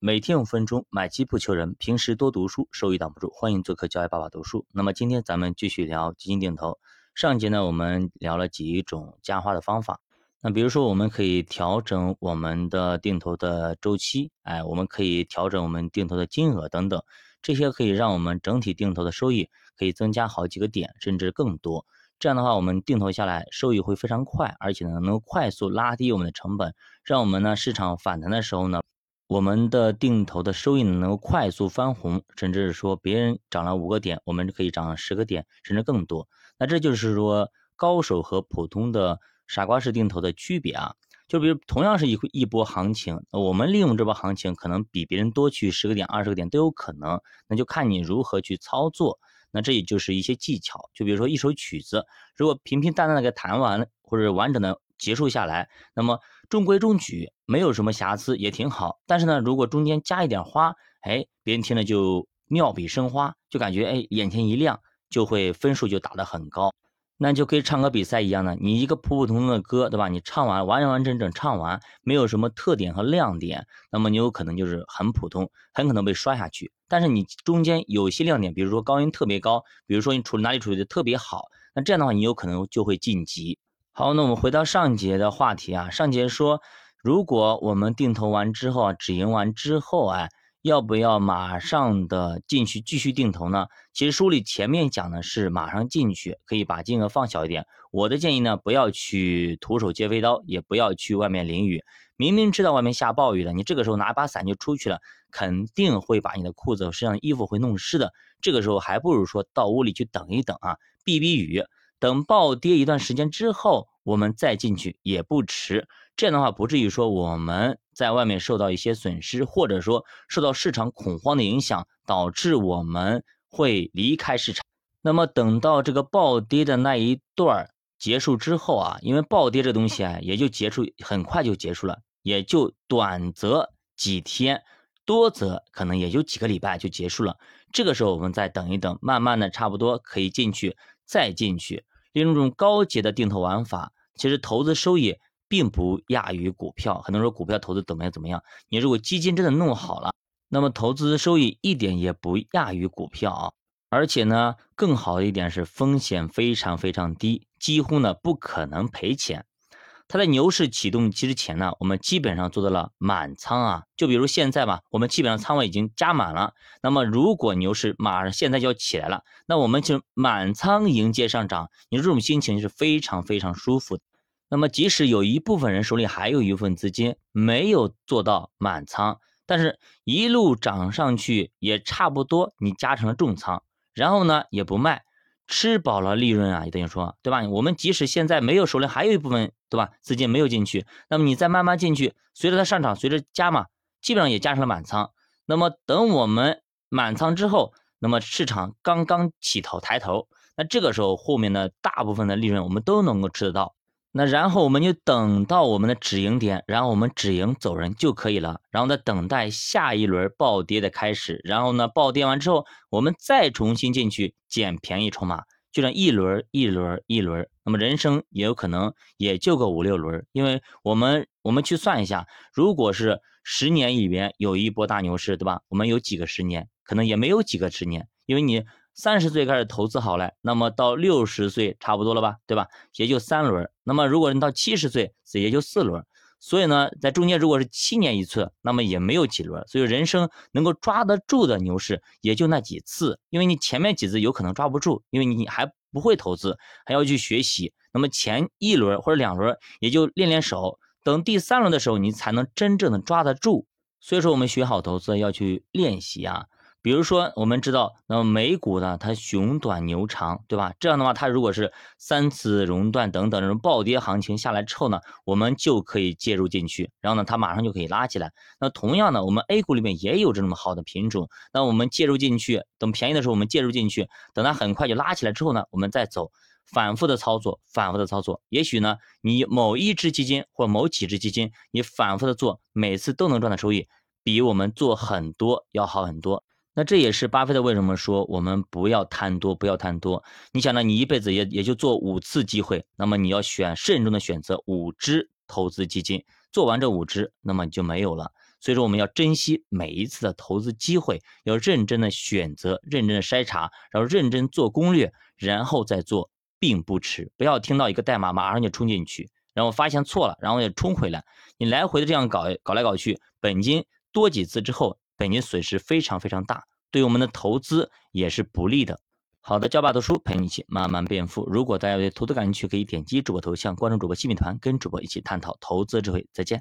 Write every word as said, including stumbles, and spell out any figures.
每天五分钟，买基不求人，平时多读书，收益挡不住。欢迎做客教育爸爸读书。那么今天咱们继续聊基金定投。上节呢，我们聊了几种加花的方法。那比如说，我们可以调整我们的定投的周期，哎，我们可以调整我们定投的金额等等，这些可以让我们整体定投的收益可以增加好几个点，甚至更多。这样的话，我们定投下来收益会非常快，而且呢，能够快速拉低我们的成本，让我们呢市场反弹的时候呢，我们的定投的收益能够快速翻红，甚至是说别人涨了五个点，我们可以涨十个点，甚至更多。那这就是说高手和普通的傻瓜式定投的区别啊。就比如同样是一一波行情，我们利用这波行情可能比别人多去十个点、二十个点都有可能，那就看你如何去操作。那这也就是一些技巧，就比如说一首曲子，如果平平淡淡的给弹完或者完整的结束下来，那么中规中矩，没有什么瑕疵也挺好。但是呢，如果中间加一点花，哎，别人听了就妙笔生花，就感觉哎眼前一亮，就会分数就打得很高。那就跟唱歌比赛一样的，你一个普普通通的歌，对吧？你唱完完完整整唱完，没有什么特点和亮点，那么你有可能就是很普通，很可能被刷下去。但是你中间有一些亮点，比如说高音特别高，比如说你处哪里处理的特别好，那这样的话你有可能就会晋级。好，那我们回到上节的话题啊，上节说，如果我们定投完之后啊，止盈完之后啊，要不要马上的进去继续定投呢？其实书里前面讲的是马上进去，可以把金额放小一点。我的建议呢，不要去徒手接飞刀，也不要去外面淋雨。明明知道外面下暴雨了，你这个时候拿把伞就出去了，肯定会把你的裤子和身上的衣服会弄湿的。这个时候还不如说到屋里去等一等啊，避避雨。等暴跌一段时间之后，我们再进去也不迟。这样的话，不至于说我们在外面受到一些损失，或者说受到市场恐慌的影响，导致我们会离开市场。那么等到这个暴跌的那一段结束之后啊，因为暴跌这东西啊，也就结束，很快就结束了，也就短则几天，多则可能也就几个礼拜就结束了。这个时候我们再等一等，慢慢的差不多可以进去，再进去。利用这种高阶的定投玩法，其实投资收益并不亚于股票。很多人说股票投资怎么样怎么样，你如果基金真的弄好了，那么投资收益一点也不亚于股票啊。而且呢，更好的一点是风险非常非常低，几乎呢不可能赔钱。它在牛市启动之前呢，我们基本上做到了满仓啊。就比如现在吧，我们基本上仓位已经加满了。那么如果牛市马上现在就要起来了，那我们就满仓迎接上涨，你说这种心情是非常非常舒服的。那么即使有一部分人手里还有一部分资金没有做到满仓，但是一路涨上去也差不多，你加成了重仓，然后呢也不卖。吃饱了利润啊，也等于说，对吧？我们即使现在没有手里还有一部分，对吧？资金没有进去，那么你再慢慢进去，随着它上涨，随着加码，基本上也加成了满仓。那么等我们满仓之后，那么市场刚刚起头抬头，那这个时候后面的大部分的利润我们都能够吃得到。那然后我们就等到我们的止盈点，然后我们止盈走人就可以了，然后呢等待下一轮暴跌的开始，然后呢暴跌完之后，我们再重新进去捡便宜筹码，就这样一轮一轮一轮。那么人生也有可能也就个五六轮，因为我们我们去算一下，如果是十年里边有一波大牛市，对吧？我们有几个十年，可能也没有几个十年，因为你三十岁开始投资好了，那么到六十岁差不多了吧，对吧？也就三轮。那么如果你到七十岁，也就四轮。所以呢，在中间如果是七年一次，那么也没有几轮。所以人生能够抓得住的牛市也就那几次，因为你前面几次有可能抓不住，因为你还不会投资，还要去学习。那么前一轮或者两轮也就练练手，等第三轮的时候你才能真正的抓得住。所以说我们学好投资要去练习啊。比如说我们知道那么美股呢它熊短牛长，对吧？这样的话它如果是三次熔断等等这种暴跌行情下来之后呢，我们就可以介入进去，然后呢它马上就可以拉起来。那同样呢我们 A 股里面也有这么好的品种，那我们介入进去，等便宜的时候我们介入进去，等它很快就拉起来之后呢，我们再走，反复的操作，反复的操作。也许呢你某一只基金或某几只基金你反复的做，每次都能赚到收益，比我们做很多要好很多。那这也是巴菲特为什么说我们不要贪多，不要贪多。你想呢，你一辈子也也就做五次机会，那么你要选慎重的选择五只投资基金，做完这五只，那么你就没有了。 所以说我们要珍惜每一次的投资机会，要认真的选择，认真的筛查，然后认真做攻略，然后再做并不迟。不要听到一个代码马上就冲进去，然后发现错了，然后也冲回来，你来回的这样搞搞来搞去，本金多几次之后，本金损失非常非常大，对我们的投资也是不利的。好的，教爸读书陪你一起慢慢变富。如果大家对投资感兴趣，可以点击主播头像关注主播新米团，跟主播一起探讨投资智慧。再见。